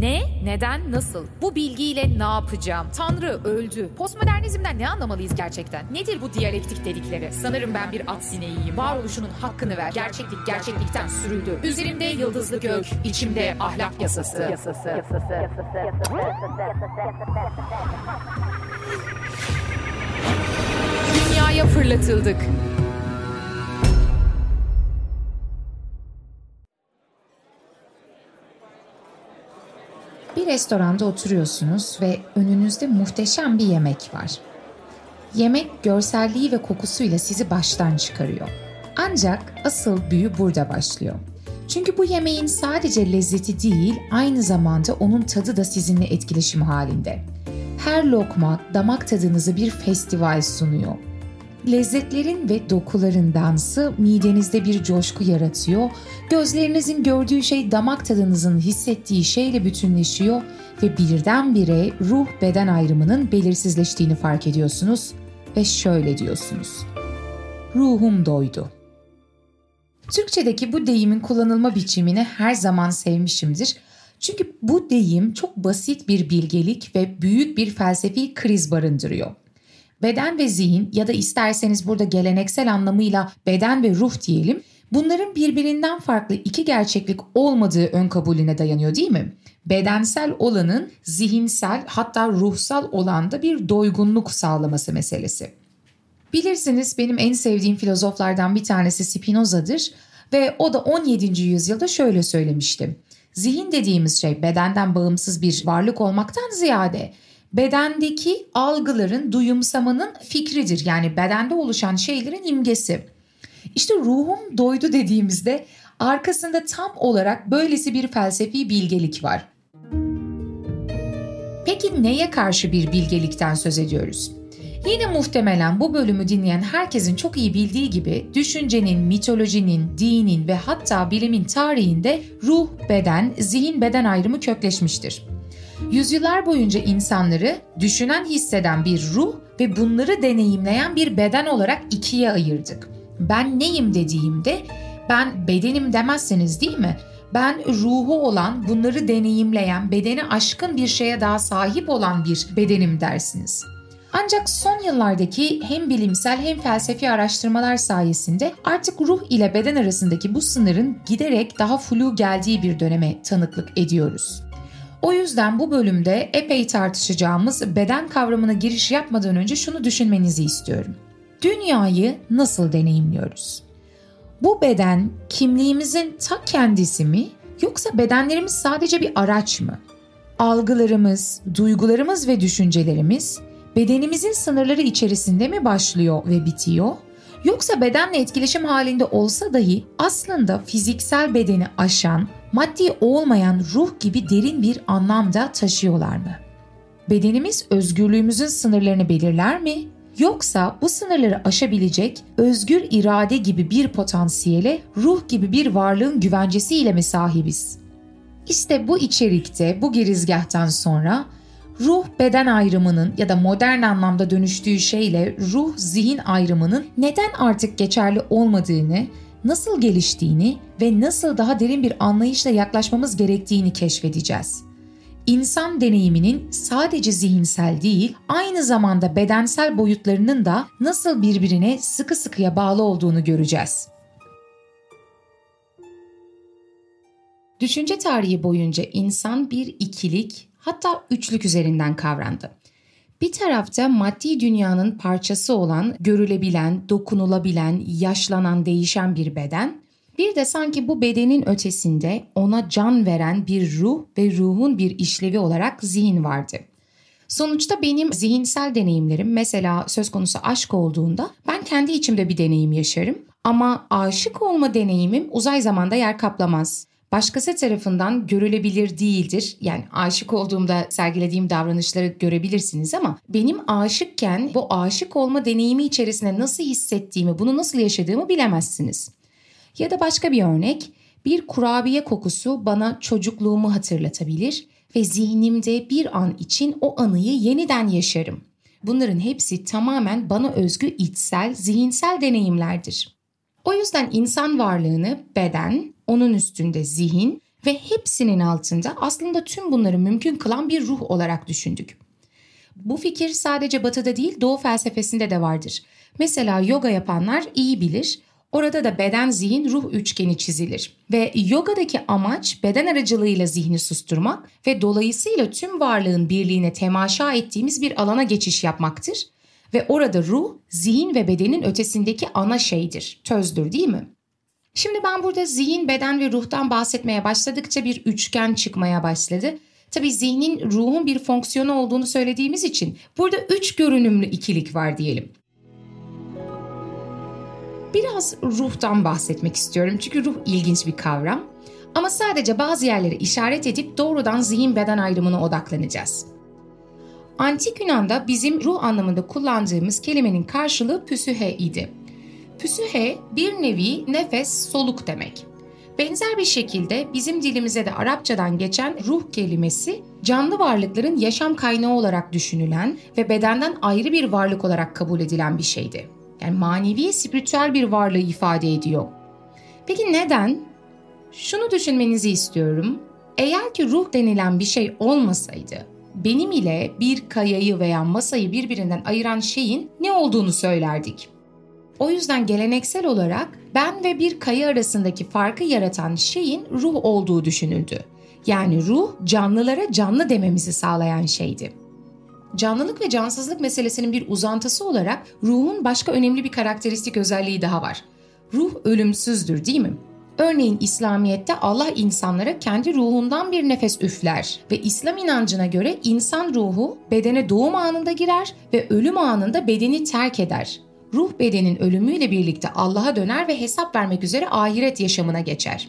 Ne, neden, nasıl? Bu bilgiyle ne yapacağım? Tanrı öldü. Postmodernizmden ne anlamalıyız gerçekten? Nedir bu diyalektik dedikleri? Sanırım ben bir at sineğiyim. Varoluşunun hakkını ver. Gerçeklik gerçeklikten sürüldü. Üzerimde yıldızlı gök, içimde ahlak yasası. Dünyaya fırlatıldık. Bir restoranda oturuyorsunuz ve önünüzde muhteşem bir yemek var. Yemek görselliği ve kokusuyla sizi baştan çıkarıyor. Ancak asıl büyü burada başlıyor. Çünkü bu yemeğin sadece lezzeti değil, aynı zamanda onun tadı da sizinle etkileşim halinde. Her lokma damak tadınızı bir festival sunuyor. Lezzetlerin ve dokuların dansı midenizde bir coşku yaratıyor, gözlerinizin gördüğü şey damak tadınızın hissettiği şeyle bütünleşiyor ve birdenbire ruh-beden ayrımının belirsizleştiğini fark ediyorsunuz ve şöyle diyorsunuz: ruhum doydu. Türkçedeki bu deyimin kullanılma biçimini her zaman sevmişimdir. Çünkü bu deyim çok basit bir bilgelik ve büyük bir felsefi kriz barındırıyor. Beden ve zihin, ya da isterseniz burada geleneksel anlamıyla beden ve ruh diyelim, bunların birbirinden farklı iki gerçeklik olmadığı ön kabulüne dayanıyor, değil mi? Bedensel olanın zihinsel, hatta ruhsal olanda bir doygunluk sağlaması meselesi. Bilirsiniz, benim en sevdiğim filozoflardan bir tanesi Spinoza'dır ve o da 17. yüzyılda şöyle söylemişti: zihin dediğimiz şey bedenden bağımsız bir varlık olmaktan ziyade bedendeki algıların, duyumsamanın fikridir. Yani bedende oluşan şeylerin imgesi. İşte ruhum doydu dediğimizde arkasında tam olarak böylesi bir felsefi bilgelik var. Peki neye karşı bir bilgelikten söz ediyoruz? Yine muhtemelen bu bölümü dinleyen herkesin çok iyi bildiği gibi düşüncenin, mitolojinin, dinin ve hatta bilimin tarihinde ruh, beden, zihin, beden ayrımı kökleşmiştir. Yüzyıllar boyunca insanları düşünen, hisseden bir ruh ve bunları deneyimleyen bir beden olarak ikiye ayırdık. Ben neyim dediğimde, ben bedenim demezseniz, değil mi? Ben ruhu olan, bunları deneyimleyen, bedeni aşkın bir şeye daha sahip olan bir bedenim dersiniz. Ancak son yıllardaki hem bilimsel hem felsefi araştırmalar sayesinde artık ruh ile beden arasındaki bu sınırın giderek daha flu geldiği bir döneme tanıklık ediyoruz. O yüzden bu bölümde epey tartışacağımız beden kavramına giriş yapmadan önce şunu düşünmenizi istiyorum. Dünyayı nasıl deneyimliyoruz? Bu beden kimliğimizin ta kendisi mi, yoksa bedenlerimiz sadece bir araç mı? Algılarımız, duygularımız ve düşüncelerimiz bedenimizin sınırları içerisinde mi başlıyor ve bitiyor? Yoksa bedenle etkileşim halinde olsa dahi aslında fiziksel bedeni aşan, maddi olmayan ruh gibi derin bir anlam da taşıyorlar mı? Bedenimiz özgürlüğümüzün sınırlarını belirler mi? Yoksa bu sınırları aşabilecek özgür irade gibi bir potansiyele, ruh gibi bir varlığın güvencesiyle mi sahibiz? İşte bu içerikte, bu girizgahtan sonra ruh-beden ayrımının ya da modern anlamda dönüştüğü şeyle ruh-zihin ayrımının neden artık geçerli olmadığını, nasıl geliştiğini ve nasıl daha derin bir anlayışla yaklaşmamız gerektiğini keşfedeceğiz. İnsan deneyiminin sadece zihinsel değil, aynı zamanda bedensel boyutlarının da nasıl birbirine sıkı sıkıya bağlı olduğunu göreceğiz. Düşünce tarihi boyunca insan bir ikilik, hatta üçlük üzerinden kavrandı. Bir tarafta maddi dünyanın parçası olan, görülebilen, dokunulabilen, yaşlanan, değişen bir beden, bir de sanki bu bedenin ötesinde ona can veren bir ruh ve ruhun bir işlevi olarak zihin vardı. Sonuçta benim zihinsel deneyimlerim, mesela söz konusu aşk olduğunda ben kendi içimde bir deneyim yaşarım ama aşık olma deneyimim uzay zamanda yer kaplamaz. Başkası tarafından görülebilir değildir. Yani aşık olduğumda sergilediğim davranışları görebilirsiniz ama benim aşıkken bu aşık olma deneyimi içerisinde nasıl hissettiğimi, bunu nasıl yaşadığımı bilemezsiniz. Ya da başka bir örnek, bir kurabiye kokusu bana çocukluğumu hatırlatabilir ve zihnimde bir an için o anıyı yeniden yaşarım. Bunların hepsi tamamen bana özgü içsel, zihinsel deneyimlerdir. O yüzden insan varlığını beden, onun üstünde zihin ve hepsinin altında aslında tüm bunları mümkün kılan bir ruh olarak düşündük. Bu fikir sadece Batı'da değil, Doğu felsefesinde de vardır. Mesela yoga yapanlar iyi bilir. Orada da beden, zihin, ruh üçgeni çizilir. Ve yogadaki amaç beden aracılığıyla zihni susturmak ve dolayısıyla tüm varlığın birliğine temaşa ettiğimiz bir alana geçiş yapmaktır. Ve orada ruh, zihin ve bedenin ötesindeki ana şeydir, tözdür değil mi? Şimdi ben burada zihin, beden ve ruhtan bahsetmeye başladıkça bir üçgen çıkmaya başladı. Tabii zihnin ruhun bir fonksiyonu olduğunu söylediğimiz için burada 3 görünümlü ikilik var diyelim. Biraz ruhtan bahsetmek istiyorum çünkü ruh ilginç bir kavram. Ama sadece bazı yerlere işaret edip doğrudan zihin-beden ayrımına odaklanacağız. Antik Yunan'da bizim ruh anlamında kullandığımız kelimenin karşılığı püsühe idi. Püsühe bir nevi nefes, soluk demek. Benzer bir şekilde bizim dilimize de Arapçadan geçen ruh kelimesi canlı varlıkların yaşam kaynağı olarak düşünülen ve bedenden ayrı bir varlık olarak kabul edilen bir şeydi. Yani manevi, spiritüel bir varlığı ifade ediyor. Peki neden? Şunu düşünmenizi istiyorum. Eğer ki ruh denilen bir şey olmasaydı, benim ile bir kayayı veya masayı birbirinden ayıran şeyin ne olduğunu söylerdik. O yüzden geleneksel olarak ben ve bir kaya arasındaki farkı yaratan şeyin ruh olduğu düşünüldü. Yani ruh canlılara canlı dememizi sağlayan şeydi. Canlılık ve cansızlık meselesinin bir uzantısı olarak ruhun başka önemli bir karakteristik özelliği daha var. Ruh ölümsüzdür değil mi? Örneğin İslamiyet'te Allah insanlara kendi ruhundan bir nefes üfler ve İslam inancına göre insan ruhu bedene doğum anında girer ve ölüm anında bedeni terk eder. Ruh bedenin ölümüyle birlikte Allah'a döner ve hesap vermek üzere ahiret yaşamına geçer.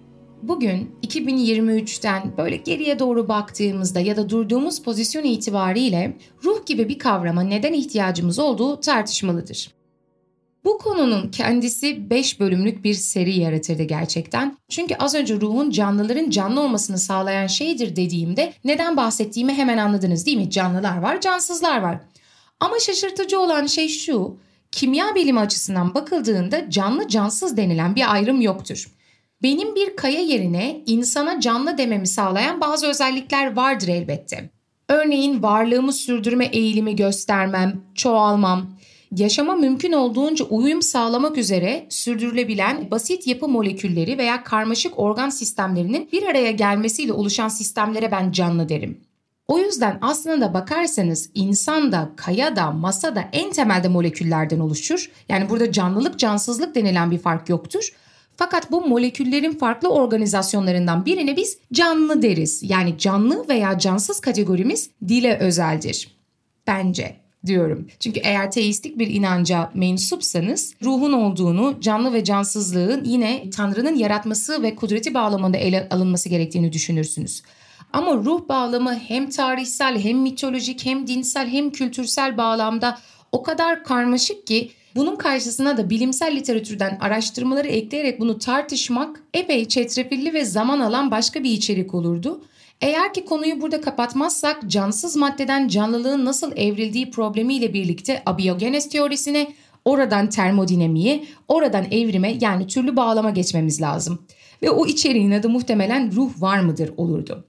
Bugün 2023'ten böyle geriye doğru baktığımızda ya da durduğumuz pozisyon itibariyle ruh gibi bir kavrama neden ihtiyacımız olduğu tartışmalıdır. Bu konunun kendisi 5 bölümlük bir seri yaratırdı gerçekten. Çünkü az önce ruhun canlıların canlı olmasını sağlayan şeydir dediğimde neden bahsettiğimi hemen anladınız değil mi? Canlılar var, cansızlar var. Ama şaşırtıcı olan şey şu, kimya bilimi açısından bakıldığında canlı cansız denilen bir ayrım yoktur. Benim bir kaya yerine insana canlı dememi sağlayan bazı özellikler vardır elbette. Örneğin varlığımı sürdürme eğilimi göstermem, çoğalmam, yaşama mümkün olduğunca uyum sağlamak üzere sürdürülebilen basit yapı molekülleri veya karmaşık organ sistemlerinin bir araya gelmesiyle oluşan sistemlere ben canlı derim. O yüzden aslında bakarsanız insan da, kaya da, masa da en temelde moleküllerden oluşur. Yani burada canlılık, cansızlık denilen bir fark yoktur. Fakat bu moleküllerin farklı organizasyonlarından birine biz canlı deriz. Yani canlı veya cansız kategorimiz dile özeldir. Bence diyorum. Çünkü eğer teistik bir inanca mensupsanız ruhun olduğunu, canlı ve cansızlığın yine Tanrı'nın yaratması ve kudreti bağlamında ele alınması gerektiğini düşünürsünüz. Ama ruh bağlamı hem tarihsel hem mitolojik hem dinsel hem kültürsel bağlamda o kadar karmaşık ki bunun karşısına da bilimsel literatürden araştırmaları ekleyerek bunu tartışmak epey çetrefilli ve zaman alan başka bir içerik olurdu. Eğer ki konuyu burada kapatmazsak cansız maddeden canlılığın nasıl evrildiği problemiyle birlikte abiyogenes teorisine, oradan termodinamiğe, oradan evrime yani türlü bağlama geçmemiz lazım. Ve o içeriğin adı muhtemelen ruh var mıdır olurdu.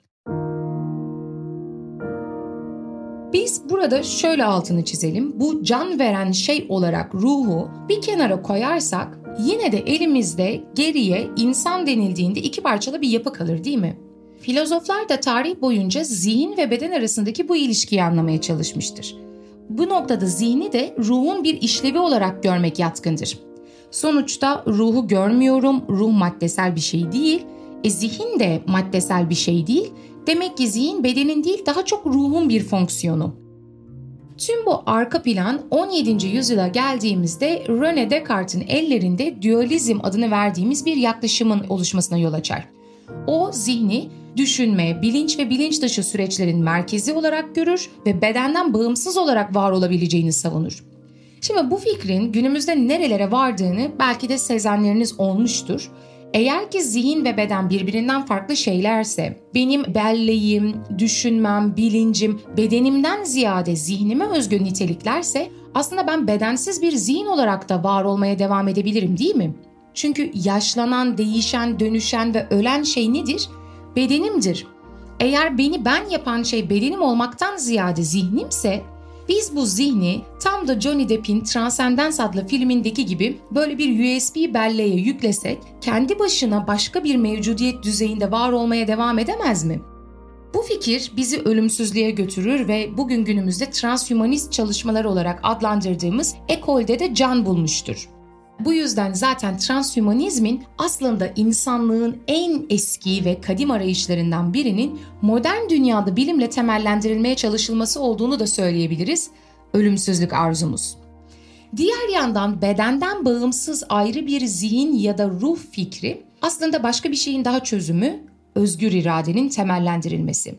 Biz burada şöyle altını çizelim. Bu can veren şey olarak ruhu bir kenara koyarsak yine de elimizde geriye insan denildiğinde iki parçalı bir yapı kalır değil mi? Filozoflar da tarih boyunca zihin ve beden arasındaki bu ilişkiyi anlamaya çalışmıştır. Bu noktada zihni de ruhun bir işlevi olarak görmek yatkındır. Sonuçta ruhu görmüyorum, ruh maddesel bir şey değil, zihin de maddesel bir şey değil. Demek ki zihin bedenin değil daha çok ruhun bir fonksiyonu. Tüm bu arka plan 17. yüzyıla geldiğimizde René Descartes'in ellerinde dualizm adını verdiğimiz bir yaklaşımın oluşmasına yol açar. O zihni düşünme, bilinç ve bilinç dışı süreçlerin merkezi olarak görür ve bedenden bağımsız olarak var olabileceğini savunur. Şimdi bu fikrin günümüzde nerelere vardığını belki de sezenleriniz olmuştur. Eğer ki zihin ve beden birbirinden farklı şeylerse, benim belleğim, düşünmem, bilincim bedenimden ziyade zihnime özgü niteliklerse aslında ben bedensiz bir zihin olarak da var olmaya devam edebilirim değil mi? Çünkü yaşlanan, değişen, dönüşen ve ölen şey nedir? bedenimdir. Eğer beni ben yapan şey bedenim olmaktan ziyade zihnimse, biz bu zihni tam da Johnny Depp'in Transcendence adlı filmindeki gibi böyle bir USB belleğe yüklesek kendi başına başka bir mevcudiyet düzeyinde var olmaya devam edemez mi? Bu fikir bizi ölümsüzlüğe götürür ve bugün günümüzde transhümanist çalışmalar olarak adlandırdığımız ekolde de can bulmuştur. Bu yüzden zaten transhümanizmin aslında insanlığın en eski ve kadim arayışlarından birinin modern dünyada bilimle temellendirilmeye çalışılması olduğunu da söyleyebiliriz, ölümsüzlük arzumuz. Diğer yandan bedenden bağımsız ayrı bir zihin ya da ruh fikri aslında başka bir şeyin daha çözümü, özgür iradenin temellendirilmesi.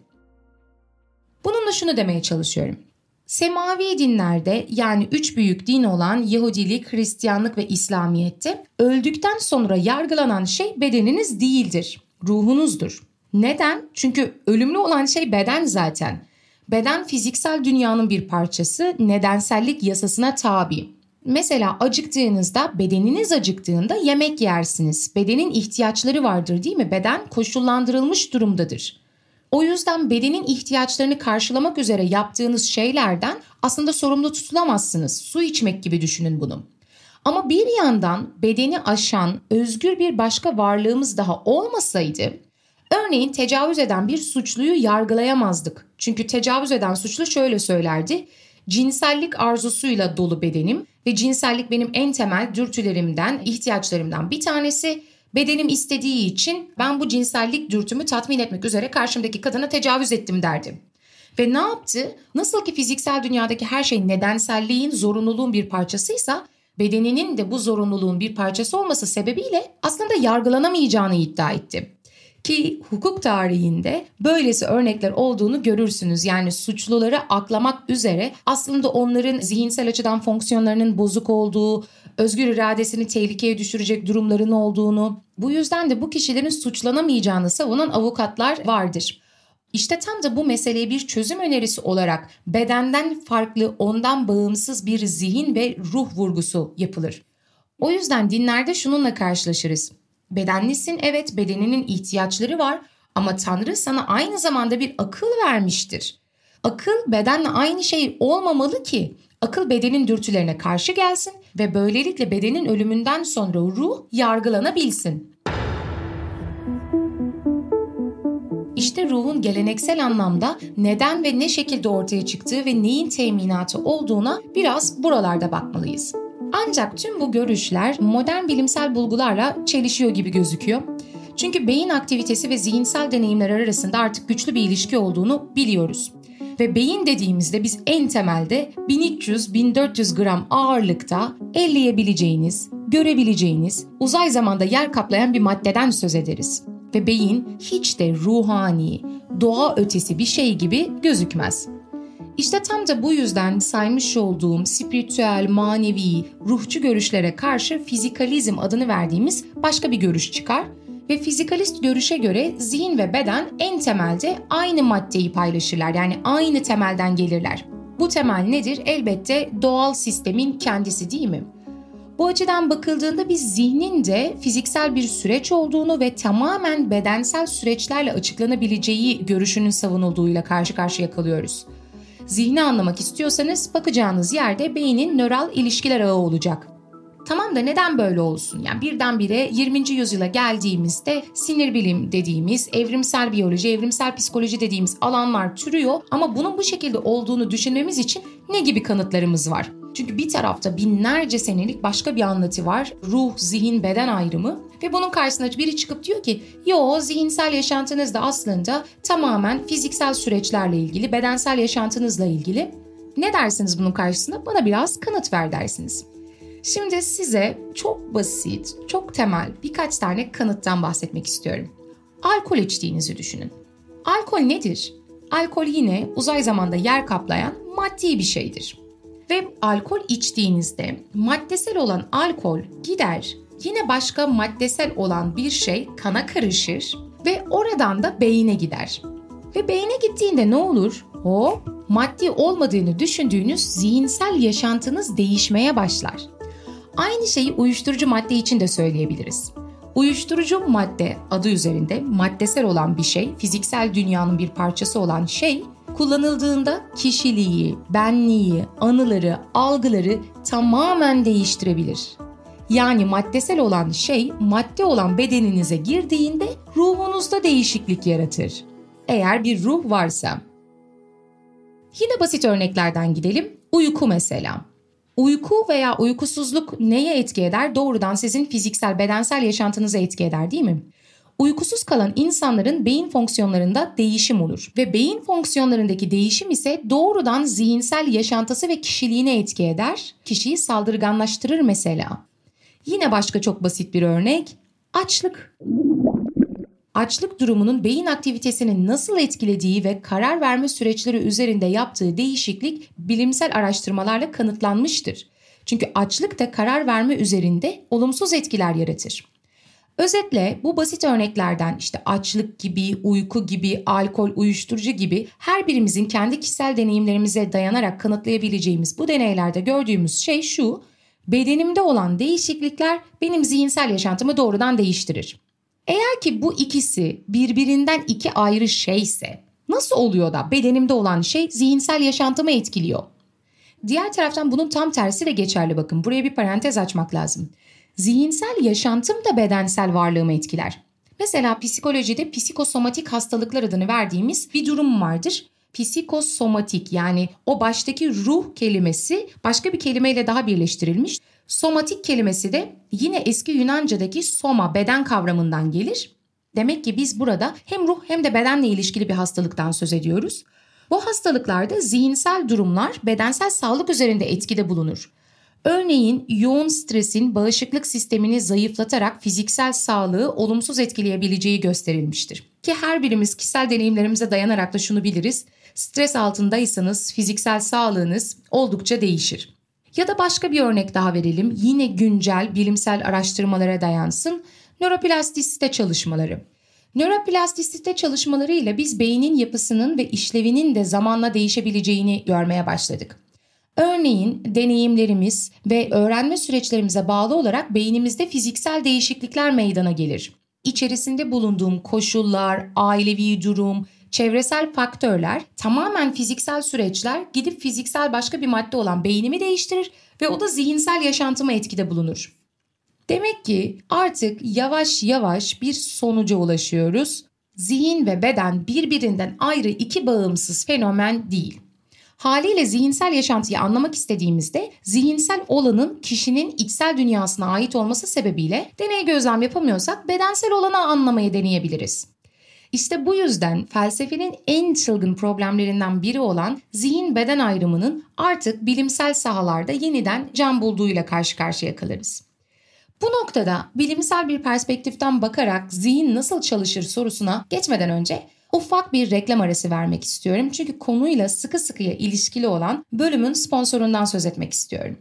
Bununla şunu demeye çalışıyorum. Semavi dinlerde yani 3 büyük din olan Yahudilik, Hristiyanlık ve İslamiyet'te öldükten sonra yargılanan şey bedeniniz değildir, ruhunuzdur. Neden? Çünkü ölümlü olan şey beden zaten. Beden fiziksel dünyanın bir parçası, nedensellik yasasına tabi. Mesela acıktığınızda, bedeniniz acıktığında yemek yersiniz. Bedenin ihtiyaçları vardır değil mi? Beden koşullandırılmış durumdadır. O yüzden bedenin ihtiyaçlarını karşılamak üzere yaptığınız şeylerden aslında sorumlu tutulamazsınız. Su içmek gibi düşünün bunu. Ama bir yandan bedeni aşan özgür bir başka varlığımız daha olmasaydı, örneğin tecavüz eden bir suçluyu yargılayamazdık. Çünkü tecavüz eden suçlu şöyle söylerdi: cinsellik arzusuyla dolu bedenim ve cinsellik benim en temel dürtülerimden, ihtiyaçlarımdan bir tanesi. Bedenim istediği için ben bu cinsellik dürtümü tatmin etmek üzere karşımdaki kadına tecavüz ettim derdi. Ve ne yaptı? Nasıl ki fiziksel dünyadaki her şey nedenselliğin, zorunluluğun bir parçasıysa, bedeninin de bu zorunluluğun bir parçası olması sebebiyle aslında yargılanamayacağını iddia etti. Ki hukuk tarihinde böylesi örnekler olduğunu görürsünüz. Yani suçluları aklamak üzere aslında onların zihinsel açıdan fonksiyonlarının bozuk olduğu, özgür iradesini tehlikeye düşürecek durumların olduğunu, bu yüzden de bu kişilerin suçlanamayacağını savunan avukatlar vardır. İşte tam da bu meseleye bir çözüm önerisi olarak bedenden farklı, ondan bağımsız bir zihin ve ruh vurgusu yapılır. O yüzden dinlerde şununla karşılaşırız. Bedenlisin, evet, bedeninin ihtiyaçları var ama Tanrı sana aynı zamanda bir akıl vermiştir. Akıl bedenle aynı şey olmamalı ki. Akıl bedenin dürtülerine karşı gelsin ve böylelikle bedenin ölümünden sonra ruh yargılanabilsin. İşte ruhun geleneksel anlamda neden ve ne şekilde ortaya çıktığı ve neyin teminatı olduğuna biraz buralarda bakmalıyız. Ancak tüm bu görüşler modern bilimsel bulgularla çelişiyor gibi gözüküyor. Çünkü beyin aktivitesi ve zihinsel deneyimler arasında artık güçlü bir ilişki olduğunu biliyoruz. Ve beyin dediğimizde biz en temelde 1300-1400 gram ağırlıkta elleyebileceğiniz, görebileceğiniz, uzay zamanda yer kaplayan bir maddeden söz ederiz. Ve beyin hiç de ruhani, doğa ötesi bir şey gibi gözükmez. İşte tam da bu yüzden saymış olduğum spiritüel, manevi, ruhçu görüşlere karşı fizikalizm adını verdiğimiz başka bir görüş çıkar. Ve fizikalist görüşe göre zihin ve beden en temelde aynı maddeyi paylaşırlar. Yani aynı temelden gelirler. Bu temel nedir? Elbette doğal sistemin kendisi değil mi? Bu açıdan bakıldığında biz zihnin de fiziksel bir süreç olduğunu ve tamamen bedensel süreçlerle açıklanabileceği görüşünün savunulduğuyla karşı karşıya kalıyoruz. Zihni anlamak istiyorsanız bakacağınız yerde beynin nöral ilişkiler ağı olacak. Tamam da neden böyle olsun? Yani birdenbire 20. yüzyıla geldiğimizde sinir bilim dediğimiz, evrimsel biyoloji, evrimsel psikoloji dediğimiz alanlar türüyor ama bunun bu şekilde olduğunu düşünmemiz için ne gibi kanıtlarımız var? Çünkü bir tarafta binlerce senelik başka bir anlatı var. Ruh, zihin, beden ayrımı ve bunun karşısına biri çıkıp diyor ki yo, zihinsel yaşantınız da aslında tamamen fiziksel süreçlerle ilgili, bedensel yaşantınızla ilgili. Ne dersiniz bunun karşısına? Bana biraz kanıt ver dersiniz. Şimdi size çok basit, çok temel birkaç tane kanıttan bahsetmek istiyorum. Alkol içtiğinizi düşünün. Alkol nedir? Alkol yine uzay zamanda yer kaplayan maddi bir şeydir. Ve alkol içtiğinizde maddesel olan alkol gider, yine başka maddesel olan bir şey kana karışır ve oradan da beyine gider. Ve beyne gittiğinde ne olur? O maddi olmadığını düşündüğünüz zihinsel yaşantınız değişmeye başlar. Aynı şeyi uyuşturucu madde için de söyleyebiliriz. Uyuşturucu madde adı üzerinde maddesel olan bir şey, fiziksel dünyanın bir parçası olan şey, kullanıldığında kişiliği, benliği, anıları, algıları tamamen değiştirebilir. Yani maddesel olan şey, madde olan bedeninize girdiğinde ruhunuzda değişiklik yaratır. Eğer bir ruh varsa. Yine basit örneklerden gidelim. Uyku mesela. Uyku veya uykusuzluk neye etki eder? Doğrudan sizin fiziksel, bedensel yaşantınıza etki eder, değil mi? Uykusuz kalan insanların beyin fonksiyonlarında değişim olur ve beyin fonksiyonlarındaki değişim ise doğrudan zihinsel yaşantısı ve kişiliğine etki eder. Kişiyi saldırganlaştırır mesela. Yine başka çok basit bir örnek, açlık. Açlık durumunun beyin aktivitesini nasıl etkilediği ve karar verme süreçleri üzerinde yaptığı değişiklik bilimsel araştırmalarla kanıtlanmıştır. Çünkü açlık da karar verme üzerinde olumsuz etkiler yaratır. Özetle bu basit örneklerden işte açlık gibi, uyku gibi, alkol, uyuşturucu gibi her birimizin kendi kişisel deneyimlerimize dayanarak kanıtlayabileceğimiz bu deneylerde gördüğümüz şey şu: bedenimde olan değişiklikler benim zihinsel yaşantımı doğrudan değiştirir. Eğer ki bu ikisi birbirinden iki ayrı şeyse nasıl oluyor da bedenimde olan şey zihinsel yaşantımı etkiliyor? Diğer taraftan bunun tam tersi de geçerli, bakın. Buraya bir parantez açmak lazım. Zihinsel yaşantım da bedensel varlığımı etkiler. Mesela psikolojide psikosomatik hastalıklar adını verdiğimiz bir durum vardır. Psikosomatik, yani o baştaki ruh kelimesi başka bir kelimeyle daha birleştirilmiş. Somatik kelimesi de yine eski Yunanca'daki soma, beden kavramından gelir. Demek ki biz burada hem ruh hem de bedenle ilişkili bir hastalıktan söz ediyoruz. Bu hastalıklarda zihinsel durumlar bedensel sağlık üzerinde etkide bulunur. Örneğin yoğun stresin bağışıklık sistemini zayıflatarak fiziksel sağlığı olumsuz etkileyebileceği gösterilmiştir. Ki her birimiz kişisel deneyimlerimize dayanarak da şunu biliriz: stres altındaysanız fiziksel sağlığınız oldukça değişir. Ya da başka bir örnek daha verelim. Yine güncel bilimsel araştırmalara dayansın. Nöroplastisite çalışmaları. Nöroplastisite çalışmaları ile biz beynin yapısının ve işlevinin de zamanla değişebileceğini görmeye başladık. Örneğin deneyimlerimiz ve öğrenme süreçlerimize bağlı olarak beynimizde fiziksel değişiklikler meydana gelir. İçerisinde bulunduğum koşullar, ailevi durum, çevresel faktörler, tamamen fiziksel süreçler gidip fiziksel başka bir madde olan beynimi değiştirir ve o da zihinsel yaşantıma etkide bulunur. Demek ki artık yavaş yavaş bir sonuca ulaşıyoruz. Zihin ve beden birbirinden ayrı iki bağımsız fenomen değil. Haliyle zihinsel yaşantıyı anlamak istediğimizde zihinsel olanın kişinin içsel dünyasına ait olması sebebiyle deney gözlem yapamıyorsak bedensel olanı anlamayı deneyebiliriz. İşte bu yüzden felsefenin en çılgın problemlerinden biri olan zihin-beden ayrımının artık bilimsel sahalarda yeniden can bulduğuyla karşı karşıya kalırız. Bu noktada bilimsel bir perspektiften bakarak zihin nasıl çalışır sorusuna geçmeden önce ufak bir reklam arası vermek istiyorum. Çünkü konuyla sıkı sıkıya ilişkili olan bölümün sponsorundan söz etmek istiyorum.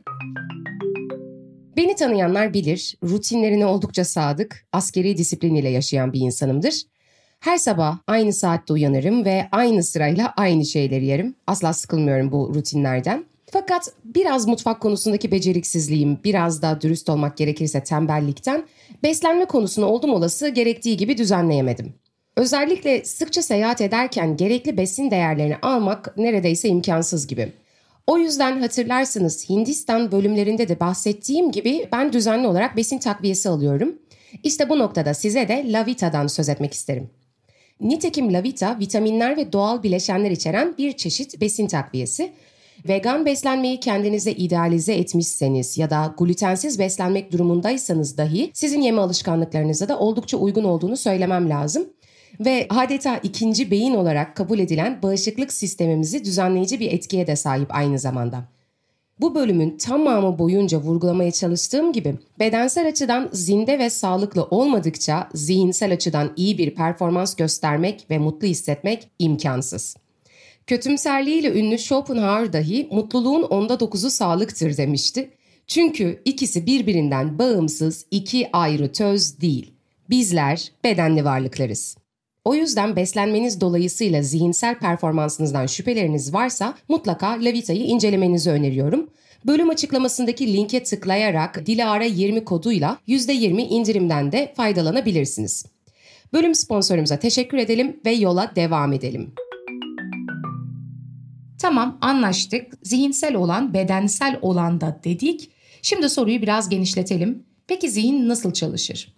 Beni tanıyanlar bilir, rutinlerine oldukça sadık, askeri disipliniyle yaşayan bir insanımdır. Her sabah aynı saatte uyanırım ve aynı sırayla aynı şeyleri yerim. Asla sıkılmıyorum bu rutinlerden. Fakat biraz mutfak konusundaki beceriksizliğim, biraz da dürüst olmak gerekirse tembellikten beslenme konusunu oldum olası gerektiği gibi düzenleyemedim. Özellikle sıkça seyahat ederken gerekli besin değerlerini almak neredeyse imkansız gibi. O yüzden hatırlarsınız Hindistan bölümlerinde de bahsettiğim gibi ben düzenli olarak besin takviyesi alıyorum. İşte bu noktada size de Lavita'dan söz etmek isterim. Nitekim Lavita vitaminler ve doğal bileşenler içeren bir çeşit besin takviyesi. Vegan beslenmeyi kendinize idealize etmişseniz ya da glutensiz beslenmek durumundaysanız dahi sizin yeme alışkanlıklarınıza da oldukça uygun olduğunu söylemem lazım. Ve adeta ikinci beyin olarak kabul edilen bağışıklık sistemimizi düzenleyici bir etkiye de sahip aynı zamanda. Bu bölümün tamamı boyunca vurgulamaya çalıştığım gibi bedensel açıdan zinde ve sağlıklı olmadıkça zihinsel açıdan iyi bir performans göstermek ve mutlu hissetmek imkansız. Kötümserliğiyle ünlü Schopenhauer dahi mutluluğun 9'u sağlıktır demişti. Çünkü ikisi birbirinden bağımsız iki ayrı töz değil. Bizler bedenli varlıklarız. O yüzden beslenmeniz dolayısıyla zihinsel performansınızdan şüpheleriniz varsa mutlaka Lavita'yı incelemenizi öneriyorum. Bölüm açıklamasındaki linke tıklayarak Dilara 20 koduyla %20 indirimden de faydalanabilirsiniz. Bölüm sponsorumuza teşekkür edelim ve yola devam edelim. Tamam, anlaştık. Zihinsel olan, bedensel olan da dedik. Şimdi soruyu biraz genişletelim. Peki zihin nasıl çalışır?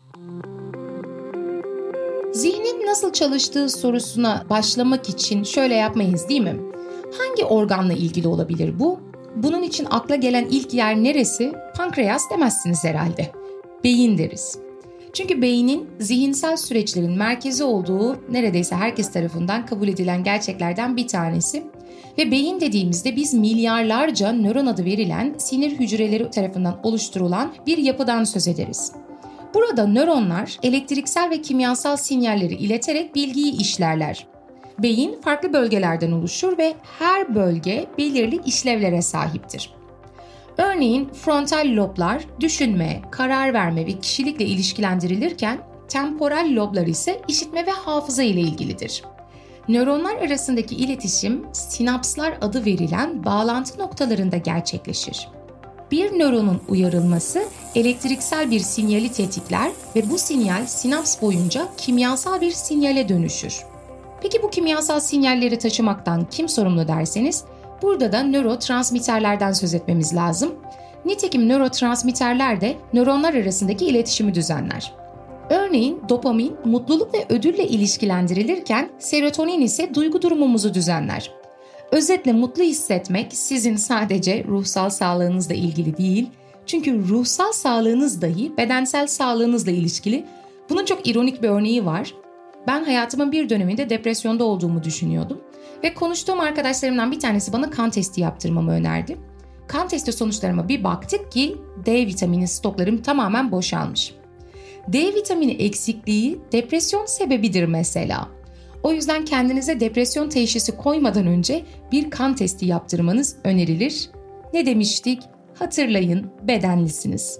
Zihnin nasıl çalıştığı sorusuna başlamak için şöyle yapmayız, değil mi? Hangi organla ilgili olabilir bu? Bunun için akla gelen ilk yer neresi? Pankreas demezsiniz herhalde. Beyin deriz. Çünkü beynin zihinsel süreçlerin merkezi olduğu neredeyse herkes tarafından kabul edilen gerçeklerden bir tanesi. Ve beyin dediğimizde biz milyarlarca nöron adı verilen sinir hücreleri tarafından oluşturulan bir yapıdan söz ederiz. Burada nöronlar elektriksel ve kimyasal sinyalleri ileterek bilgiyi işlerler. Beyin farklı bölgelerden oluşur ve her bölge belirli işlevlere sahiptir. Örneğin frontal loblar düşünme, karar verme ve kişilikle ilişkilendirilirken temporal loblar ise işitme ve hafıza ile ilgilidir. Nöronlar arasındaki iletişim sinapslar adı verilen bağlantı noktalarında gerçekleşir. Bir nöronun uyarılması elektriksel bir sinyali tetikler ve bu sinyal sinaps boyunca kimyasal bir sinyale dönüşür. Peki bu kimyasal sinyalleri taşımaktan kim sorumlu derseniz, burada da nörotransmitterlerden söz etmemiz lazım. Nitekim nörotransmitterler de nöronlar arasındaki iletişimi düzenler. Örneğin dopamin mutluluk ve ödülle ilişkilendirilirken serotonin ise duygu durumumuzu düzenler. Özetle mutlu hissetmek sizin sadece ruhsal sağlığınızla ilgili değil, çünkü ruhsal sağlığınız dahi bedensel sağlığınızla ilişkili. Bunun çok ironik bir örneği var. Ben hayatımın bir döneminde depresyonda olduğumu düşünüyordum ve konuştuğum arkadaşlarımdan bir tanesi bana kan testi yaptırmamı önerdi. Kan testi sonuçlarıma bir baktık ki D vitamini stoklarım tamamen boşalmış. D vitamini eksikliği depresyon sebebidir mesela. O yüzden kendinize depresyon teşhisi koymadan önce bir kan testi yaptırmanız önerilir. Ne demiştik? Hatırlayın, bedenlisiniz.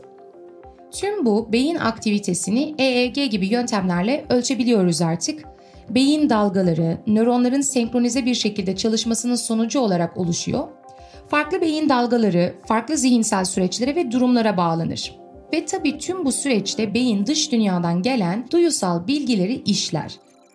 Tüm bu beyin aktivitesini EEG gibi yöntemlerle ölçebiliyoruz artık. Beyin dalgaları, nöronların senkronize bir şekilde çalışmasının sonucu olarak oluşuyor. Farklı beyin dalgaları, farklı zihinsel süreçlere ve durumlara bağlanır. Ve tabii tüm bu süreçte beyin dış dünyadan gelen duyusal bilgileri işler.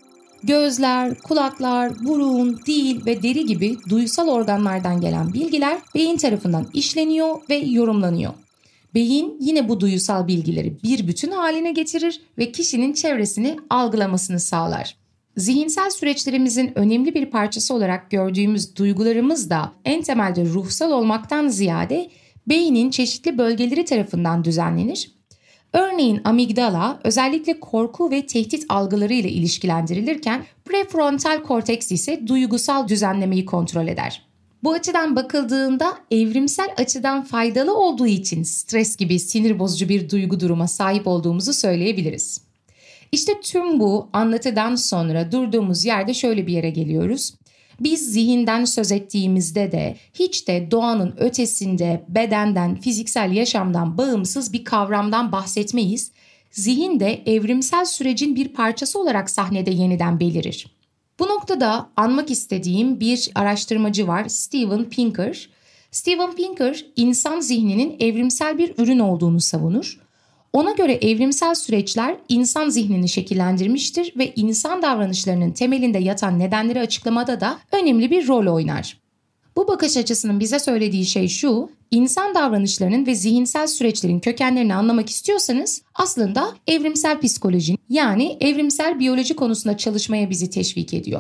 Gözler, kulaklar, burun, dil ve deri gibi duysal organlardan gelen bilgiler beyin tarafından işleniyor ve yorumlanıyor. Beyin yine bu duysal bilgileri bir bütün haline getirir ve kişinin çevresini algılamasını sağlar. Zihinsel süreçlerimizin önemli bir parçası olarak gördüğümüz duygularımız da en temelde ruhsal olmaktan ziyade beynin çeşitli bölgeleri tarafından düzenlenir. Örneğin amigdala özellikle korku ve tehdit algılarıyla ilişkilendirilirken prefrontal korteks ise duygusal düzenlemeyi kontrol eder. Bu açıdan bakıldığında evrimsel açıdan faydalı olduğu için stres gibi sinir bozucu bir duygu duruma sahip olduğumuzu söyleyebiliriz. İşte tüm bu anlatıdan sonra durduğumuz yerde şöyle bir yere geliyoruz. Biz zihinden söz ettiğimizde de hiç de doğanın ötesinde bedenden, fiziksel yaşamdan bağımsız bir kavramdan bahsetmeyiz. Zihin de evrimsel sürecin bir parçası olarak sahnede yeniden belirir. Bu noktada anmak istediğim bir araştırmacı var, Steven Pinker. Steven Pinker, insan zihninin evrimsel bir ürün olduğunu savunur. Ona göre evrimsel süreçler insan zihnini şekillendirmiştir ve insan davranışlarının temelinde yatan nedenleri açıklamada da önemli bir rol oynar. Bu bakış açısının bize söylediği şey şu, insan davranışlarının ve zihinsel süreçlerin kökenlerini anlamak istiyorsanız aslında evrimsel psikoloji yani evrimsel biyoloji konusunda çalışmaya bizi teşvik ediyor.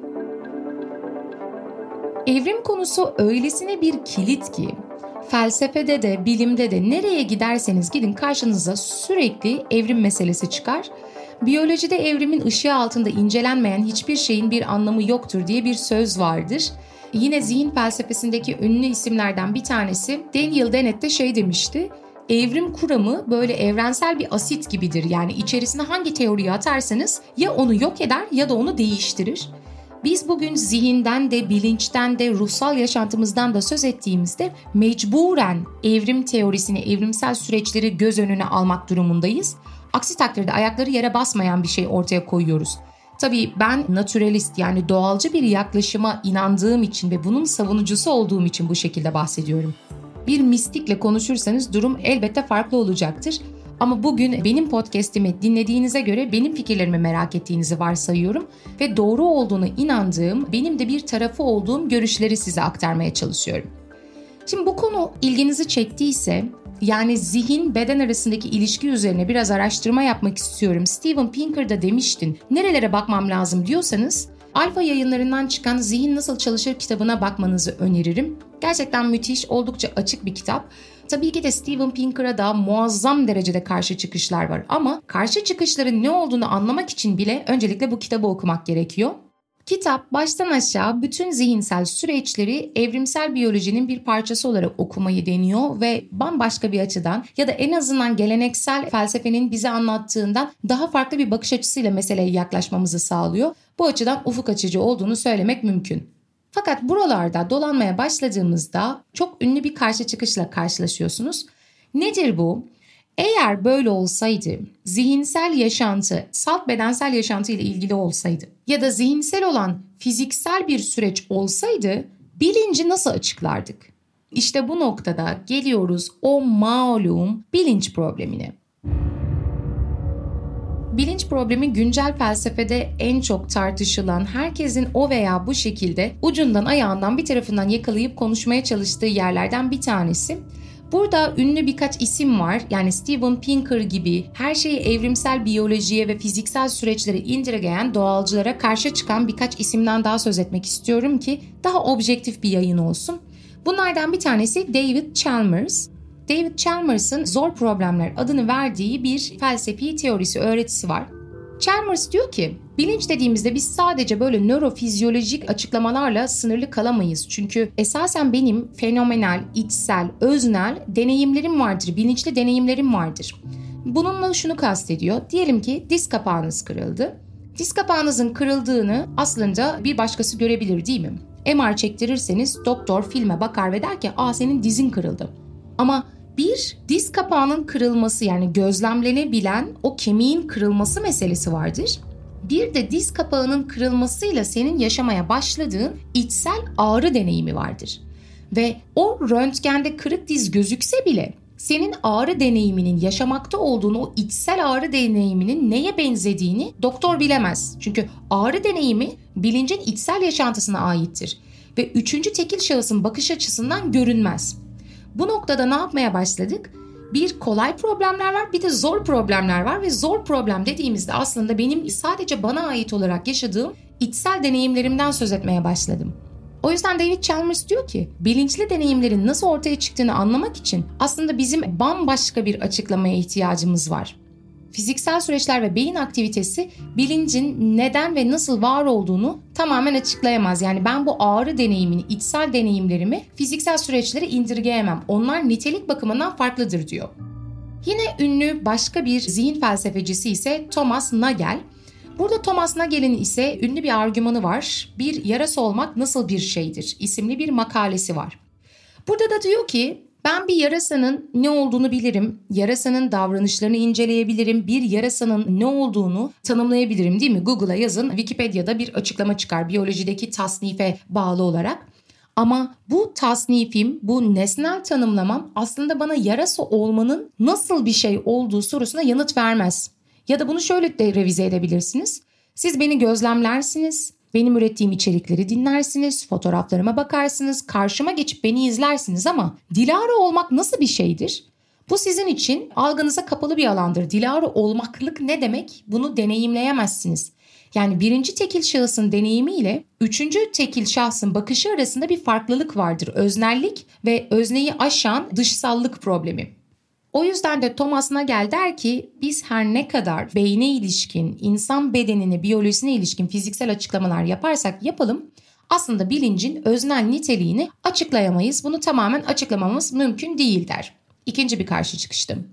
Evrim konusu öylesine bir kilit ki felsefede de bilimde de nereye giderseniz gidin karşınıza sürekli evrim meselesi çıkar. Biyolojide evrimin ışığı altında incelenmeyen hiçbir şeyin bir anlamı yoktur diye bir söz vardır. Yine zihin felsefesindeki ünlü isimlerden bir tanesi Daniel Dennett de şey demişti. Evrim kuramı böyle evrensel bir asit gibidir. Yani içerisine hangi teoriyi atarsanız ya onu yok eder ya da onu değiştirir. Biz bugün zihinden de, bilinçten de, ruhsal yaşantımızdan da söz ettiğimizde mecburen evrim teorisini, evrimsel süreçleri göz önüne almak durumundayız. Aksi takdirde ayakları yere basmayan bir şey ortaya koyuyoruz. Tabii ben naturalist yani doğalcı bir yaklaşıma inandığım için ve bunun savunucusu olduğum için bu şekilde bahsediyorum. Bir mistikle konuşursanız durum elbette farklı olacaktır. Ama bugün benim podcast'imi dinlediğinize göre benim fikirlerimi merak ettiğinizi varsayıyorum ve doğru olduğunu inandığım, benim de bir tarafı olduğum görüşleri size aktarmaya çalışıyorum. Şimdi bu konu ilginizi çektiyse, yani zihin beden arasındaki ilişki üzerine biraz araştırma yapmak istiyorum. Steven Pinker'da demiştin, nerelere bakmam lazım diyorsanız, Alfa Yayınlarından çıkan Zihin Nasıl Çalışır kitabına bakmanızı öneririm. Gerçekten müthiş, oldukça açık bir kitap. Tabii ki de Steven Pinker'a da muazzam derecede karşı çıkışlar var ama karşı çıkışların ne olduğunu anlamak için bile öncelikle bu kitabı okumak gerekiyor. Kitap baştan aşağı bütün zihinsel süreçleri evrimsel biyolojinin bir parçası olarak okumayı deniyor ve bambaşka bir açıdan ya da en azından geleneksel felsefenin bize anlattığından daha farklı bir bakış açısıyla meseleye yaklaşmamızı sağlıyor. Bu açıdan ufuk açıcı olduğunu söylemek mümkün. Fakat buralarda dolanmaya başladığımızda çok ünlü bir karşı çıkışla karşılaşıyorsunuz. Nedir bu? Eğer böyle olsaydı, zihinsel yaşantı, salt bedensel yaşantı ile ilgili olsaydı ya da zihinsel olan fiziksel bir süreç olsaydı bilinci nasıl açıklardık? İşte bu noktada geliyoruz o malum bilinç problemine. Bilinç problemi güncel felsefede en çok tartışılan, herkesin o veya bu şekilde ucundan ayağından bir tarafından yakalayıp konuşmaya çalıştığı yerlerden bir tanesi. Burada ünlü birkaç isim var. Yani Steven Pinker gibi her şeyi evrimsel biyolojiye ve fiziksel süreçlere indirgeyen doğalcılara karşı çıkan birkaç isimden daha söz etmek istiyorum ki daha objektif bir yayın olsun. Bunlardan bir tanesi David Chalmers. David Chalmers'ın Zor Problemler adını verdiği bir felsefi teorisi, öğretisi var. Chalmers diyor ki, bilinç dediğimizde biz sadece böyle nörofizyolojik açıklamalarla sınırlı kalamayız. Çünkü esasen benim fenomenal, içsel, öznel deneyimlerim vardır, bilinçli deneyimlerim vardır. Bununla şunu kastediyor. Diyelim ki diz kapağınız kırıldı. Diz kapağınızın kırıldığını aslında bir başkası görebilir değil mi? MR çektirirseniz doktor filme bakar ve der ki senin dizin kırıldı. Ama bir diz kapağının kırılması, yani gözlemlenebilen o kemiğin kırılması meselesi vardır. Bir de diz kapağının kırılmasıyla senin yaşamaya başladığın içsel ağrı deneyimi vardır. Ve o röntgende kırık diz gözükse bile senin ağrı deneyiminin, yaşamakta olduğun o içsel ağrı deneyiminin neye benzediğini doktor bilemez. Çünkü ağrı deneyimi bilincin içsel yaşantısına aittir ve üçüncü tekil şahısın bakış açısından görünmez. Bu noktada ne yapmaya başladık? Bir kolay problemler var, bir de zor problemler var ve zor problem dediğimizde aslında benim sadece bana ait olarak yaşadığım içsel deneyimlerimden söz etmeye başladım. O yüzden David Chalmers diyor ki, bilinçli deneyimlerin nasıl ortaya çıktığını anlamak için aslında bizim bambaşka bir açıklamaya ihtiyacımız var. Fiziksel süreçler ve beyin aktivitesi bilincin neden ve nasıl var olduğunu tamamen açıklayamaz. Yani ben bu ağrı deneyimini, içsel deneyimlerimi fiziksel süreçlere indirgeyemem. Onlar nitelik bakımından farklıdır diyor. Yine ünlü başka bir zihin felsefecisi ise Thomas Nagel. Burada Thomas Nagel'in ise ünlü bir argümanı var. Bir yarası olmak nasıl bir şeydir isimli bir makalesi var. Burada da diyor ki, ben bir yarasanın ne olduğunu bilirim, yarasanın davranışlarını inceleyebilirim, bir yarasanın ne olduğunu tanımlayabilirim değil mi? Google'a yazın, Wikipedia'da bir açıklama çıkar biyolojideki tasnife bağlı olarak. Ama bu tasnifim, bu nesnel tanımlamam aslında bana yarasa olmanın nasıl bir şey olduğu sorusuna yanıt vermez. Ya da bunu şöyle de revize edebilirsiniz. Siz beni gözlemlersiniz. Benim ürettiğim içerikleri dinlersiniz, fotoğraflarıma bakarsınız, karşıma geçip beni izlersiniz ama Dilara olmak nasıl bir şeydir? Bu sizin için algınıza kapalı bir alandır. Dilara olmaklık ne demek? Bunu deneyimleyemezsiniz. Yani birinci tekil şahısın deneyimiyle üçüncü tekil şahsın bakışı arasında bir farklılık vardır. Öznellik ve özneyi aşan dışsallık problemi. O yüzden de Thomas Nagel der ki biz her ne kadar beyne ilişkin, insan bedenine, biyolojisine ilişkin fiziksel açıklamalar yaparsak yapalım aslında bilincin öznel niteliğini açıklayamayız. Bunu tamamen açıklamamız mümkün değil der. İkinci bir karşı çıkıştım.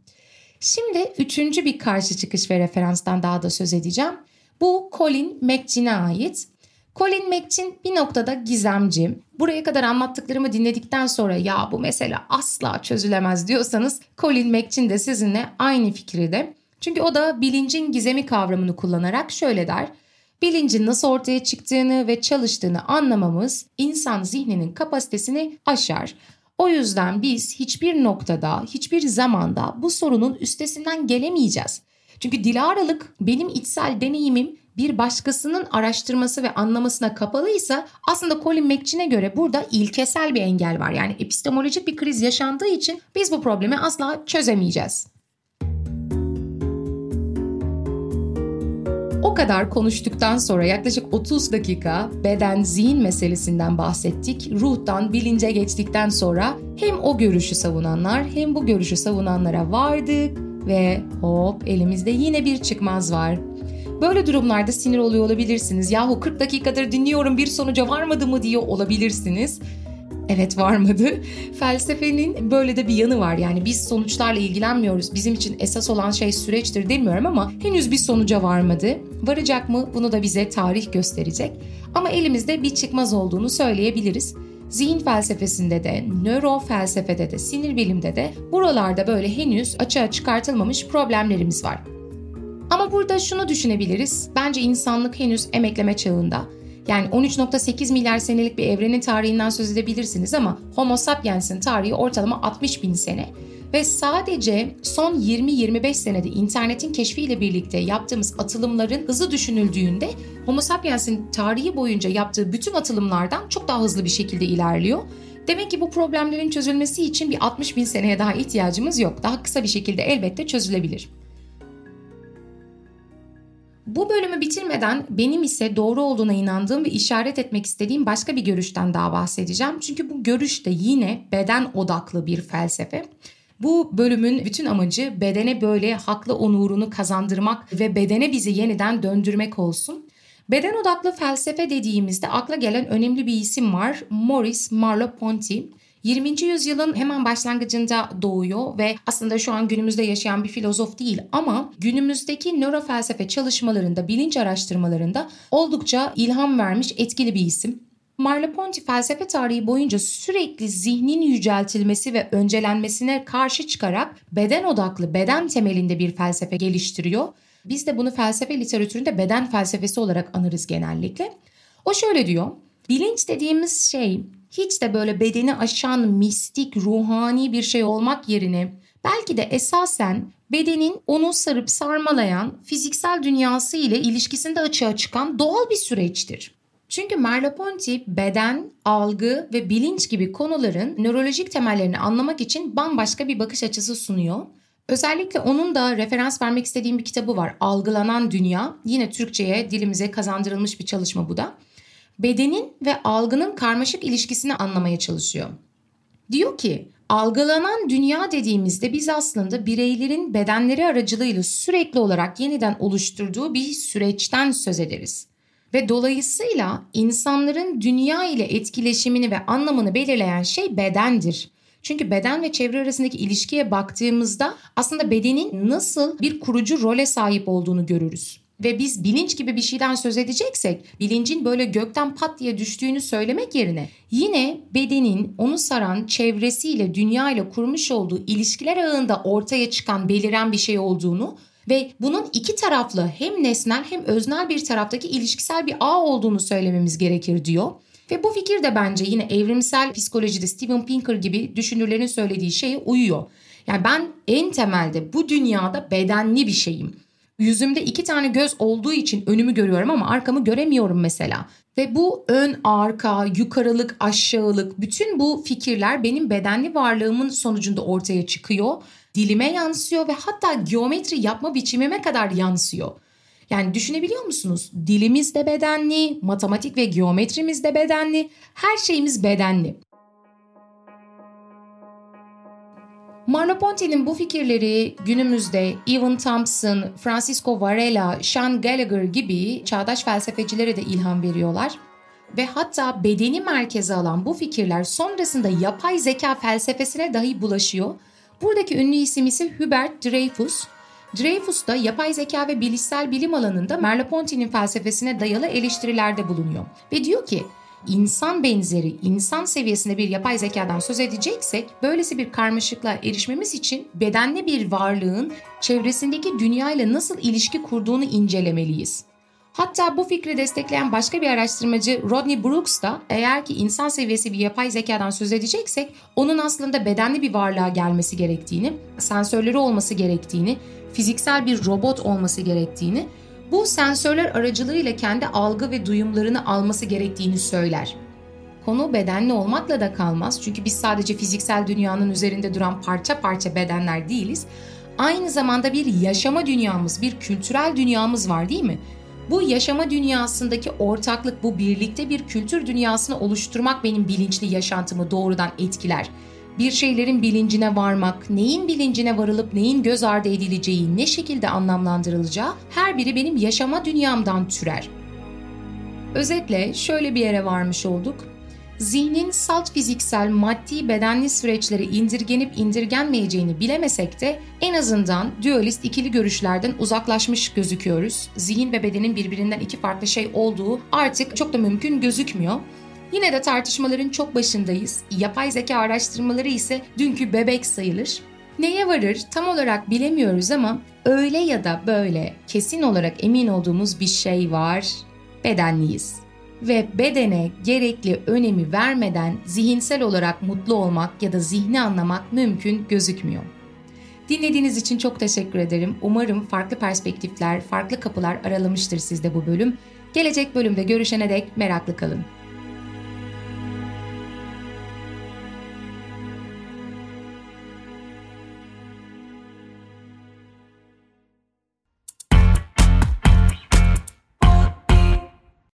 Şimdi üçüncü bir karşı çıkış ve referanstan daha da söz edeceğim. Bu Colin McGinn'e ait. Colin McGinn bir noktada gizemci. Buraya kadar anlattıklarımı dinledikten sonra ya bu mesele asla çözülemez diyorsanız Colin McGinn de sizinle aynı fikirde. Çünkü o da bilincin gizemi kavramını kullanarak şöyle der. Bilincin nasıl ortaya çıktığını ve çalıştığını anlamamız insan zihninin kapasitesini aşar. O yüzden biz hiçbir noktada, hiçbir zamanda bu sorunun üstesinden gelemeyeceğiz. Çünkü Dilara'lık benim içsel deneyimim bir başkasının araştırması ve anlamasına kapalıysa aslında Colin McChinn'e göre burada ilkesel bir engel var. Yani epistemolojik bir kriz yaşandığı için biz bu problemi asla çözemeyeceğiz. O kadar konuştuktan sonra yaklaşık 30 dakika beden zihin meselesinden bahsettik. Ruhtan bilince geçtikten sonra hem o görüşü savunanlar hem bu görüşü savunanlara vardık ve hop elimizde yine bir çıkmaz var. Böyle durumlarda sinir oluyor olabilirsiniz. Yahu 40 dakikadır dinliyorum bir sonuca varmadı mı diyor olabilirsiniz. Evet varmadı. Felsefenin böyle de bir yanı var. Yani biz sonuçlarla ilgilenmiyoruz. Bizim için esas olan şey süreçtir demiyorum ama henüz bir sonuca varmadı. Varacak mı? Bunu da bize tarih gösterecek. Ama elimizde bir çıkmaz olduğunu söyleyebiliriz. Zihin felsefesinde de, nöro felsefede de, sinir bilimde de buralarda böyle henüz açığa çıkartılmamış problemlerimiz var. Ama burada şunu düşünebiliriz. Bence insanlık henüz emekleme çağında. Yani 13.8 milyar senelik bir evrenin tarihinden söz edebilirsiniz ama Homo sapiens'in tarihi ortalama 60 bin sene. Ve sadece son 20-25 senede internetin keşfiyle birlikte yaptığımız atılımların hızı düşünüldüğünde Homo sapiens'in tarihi boyunca yaptığı bütün atılımlardan çok daha hızlı bir şekilde ilerliyor. Demek ki bu problemlerin çözülmesi için bir 60 bin seneye daha ihtiyacımız yok. Daha kısa bir şekilde elbette çözülebilir. Bu bölümü bitirmeden benim ise doğru olduğuna inandığım ve işaret etmek istediğim başka bir görüşten daha bahsedeceğim. Çünkü bu görüş de yine beden odaklı bir felsefe. Bu bölümün bütün amacı bedene böyle haklı onurunu kazandırmak ve bedene bizi yeniden döndürmek olsun. Beden odaklı felsefe dediğimizde akla gelen önemli bir isim var. Maurice Merleau-Ponty. 20. yüzyılın hemen başlangıcında doğuyor ve aslında şu an günümüzde yaşayan bir filozof değil ama günümüzdeki nörofelsefe çalışmalarında, bilinç araştırmalarında oldukça ilham vermiş etkili bir isim. Merleau-Ponty felsefe tarihi boyunca sürekli zihnin yüceltilmesi ve öncelenmesine karşı çıkarak beden odaklı, beden temelinde bir felsefe geliştiriyor. Biz de bunu felsefe literatüründe beden felsefesi olarak anırız genellikle. O şöyle diyor, bilinç dediğimiz şey hiç de böyle bedeni aşan mistik, ruhani bir şey olmak yerine belki de esasen bedenin onu sarıp sarmalayan fiziksel dünyası ile ilişkisinde açığa çıkan doğal bir süreçtir. Çünkü Merleau-Ponty beden, algı ve bilinç gibi konuların nörolojik temellerini anlamak için bambaşka bir bakış açısı sunuyor. Özellikle onun da referans vermek istediğim bir kitabı var. Algılanan Dünya. Yine Türkçe'ye, dilimize kazandırılmış bir çalışma bu da. Bedenin ve algının karmaşık ilişkisini anlamaya çalışıyor. Diyor ki, algılanan dünya dediğimizde biz aslında bireylerin bedenleri aracılığıyla sürekli olarak yeniden oluşturduğu bir süreçten söz ederiz. Ve dolayısıyla insanların dünya ile etkileşimini ve anlamını belirleyen şey bedendir. Çünkü beden ve çevre arasındaki ilişkiye baktığımızda aslında bedenin nasıl bir kurucu role sahip olduğunu görürüz. Ve biz bilinç gibi bir şeyden söz edeceksek bilincin böyle gökten pat diye düştüğünü söylemek yerine yine bedenin onu saran çevresiyle dünyayla kurmuş olduğu ilişkiler ağında ortaya çıkan beliren bir şey olduğunu ve bunun iki taraflı hem nesnel hem öznel bir taraftaki ilişkisel bir ağ olduğunu söylememiz gerekir diyor. Ve bu fikir de bence yine evrimsel psikolojide Steven Pinker gibi düşünürlerin söylediği şeye uyuyor. Yani ben en temelde bu dünyada bedenli bir şeyim. Yüzümde 2 tane göz olduğu için önümü görüyorum ama arkamı göremiyorum mesela. Ve bu ön, arka, yukarılık, aşağılık bütün bu fikirler benim bedenli varlığımın sonucunda ortaya çıkıyor. Dilime yansıyor ve hatta geometri yapma biçimime kadar yansıyor. Yani düşünebiliyor musunuz? Dilimiz de bedenli, matematik ve geometrimiz de bedenli, her şeyimiz bedenli. Merleau-Ponty'nin bu fikirleri günümüzde Evan Thompson, Francisco Varela, Sean Gallagher gibi çağdaş felsefecilere de ilham veriyorlar. Ve hatta bedeni merkeze alan bu fikirler sonrasında yapay zeka felsefesine dahi bulaşıyor. Buradaki ünlü isim ise Hubert Dreyfus. Dreyfus da yapay zeka ve bilişsel bilim alanında Merleau-Ponty'nin felsefesine dayalı eleştirilerde bulunuyor. Ve diyor ki, İnsan benzeri, insan seviyesinde bir yapay zekadan söz edeceksek, böylesi bir karmaşıklığa erişmemiz için bedenli bir varlığın çevresindeki dünyayla nasıl ilişki kurduğunu incelemeliyiz. Hatta bu fikri destekleyen başka bir araştırmacı Rodney Brooks da eğer ki insan seviyesi bir yapay zekadan söz edeceksek onun aslında bedenli bir varlığa gelmesi gerektiğini, sensörleri olması gerektiğini, fiziksel bir robot olması gerektiğini, bu sensörler aracılığıyla kendi algı ve duyumlarını alması gerektiğini söyler. Konu bedenli olmakla da kalmaz çünkü biz sadece fiziksel dünyanın üzerinde duran parça parça bedenler değiliz. Aynı zamanda bir yaşama dünyamız, bir kültürel dünyamız var değil mi? Bu yaşama dünyasındaki ortaklık, bu birlikte bir kültür dünyasını oluşturmak benim bilinçli yaşantımı doğrudan etkiler. Bir şeylerin bilincine varmak, neyin bilincine varılıp neyin göz ardı edileceği, ne şekilde anlamlandırılacağı her biri benim yaşama dünyamdan türer. Özetle şöyle bir yere varmış olduk. Zihnin salt fiziksel, maddi, bedenli süreçlere indirgenip indirgenmeyeceğini bilemesek de en azından dualist ikili görüşlerden uzaklaşmış gözüküyoruz. Zihin ve bedenin birbirinden iki farklı şey olduğu artık çok da mümkün gözükmüyor. Yine de tartışmaların çok başındayız. Yapay zeka araştırmaları ise dünkü bebek sayılır. Neye varır tam olarak bilemiyoruz ama öyle ya da böyle kesin olarak emin olduğumuz bir şey var. Bedenliyiz. Ve bedene gerekli önemi vermeden zihinsel olarak mutlu olmak ya da zihni anlamak mümkün gözükmüyor. Dinlediğiniz için çok teşekkür ederim. Umarım farklı perspektifler, farklı kapılar aralamıştır sizde bu bölüm. Gelecek bölümde görüşene dek meraklı kalın.